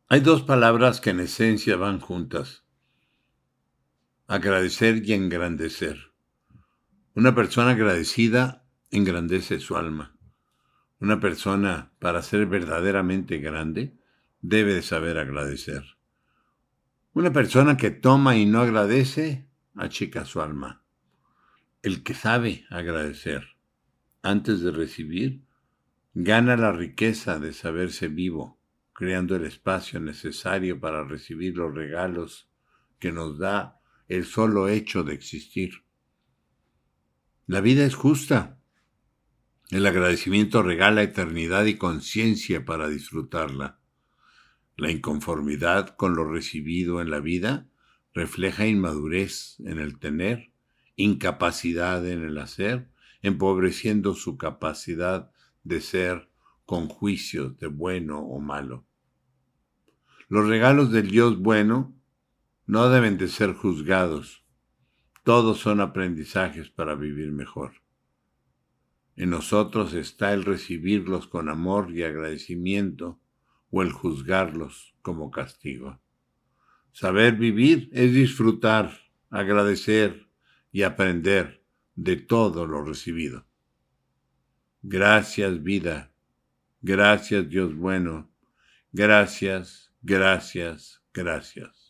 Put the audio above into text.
Hay dos palabras que en esencia van juntas: agradecer y engrandecer. Una persona agradecida engrandece su alma. Una persona, para ser verdaderamente grande, debe de saber agradecer. Una persona que toma y no agradece, achica su alma. El que sabe agradecer antes de recibir, gana la riqueza de saberse vivo, creando el espacio necesario para recibir los regalos que nos da el solo hecho de existir. La vida es justa. El agradecimiento regala eternidad y conciencia para disfrutarla. La inconformidad con lo recibido en la vida refleja inmadurez en el tener, incapacidad en el hacer, empobreciendo su capacidad de ser con juicios de bueno o malo. Los regalos del Dios bueno no deben de ser juzgados. Todos son aprendizajes para vivir mejor. En nosotros está el recibirlos con amor y agradecimiento o el juzgarlos como castigo. Saber vivir es disfrutar, agradecer y aprender de todo lo recibido. Gracias, vida. Gracias, Dios bueno. Gracias, gracias, gracias.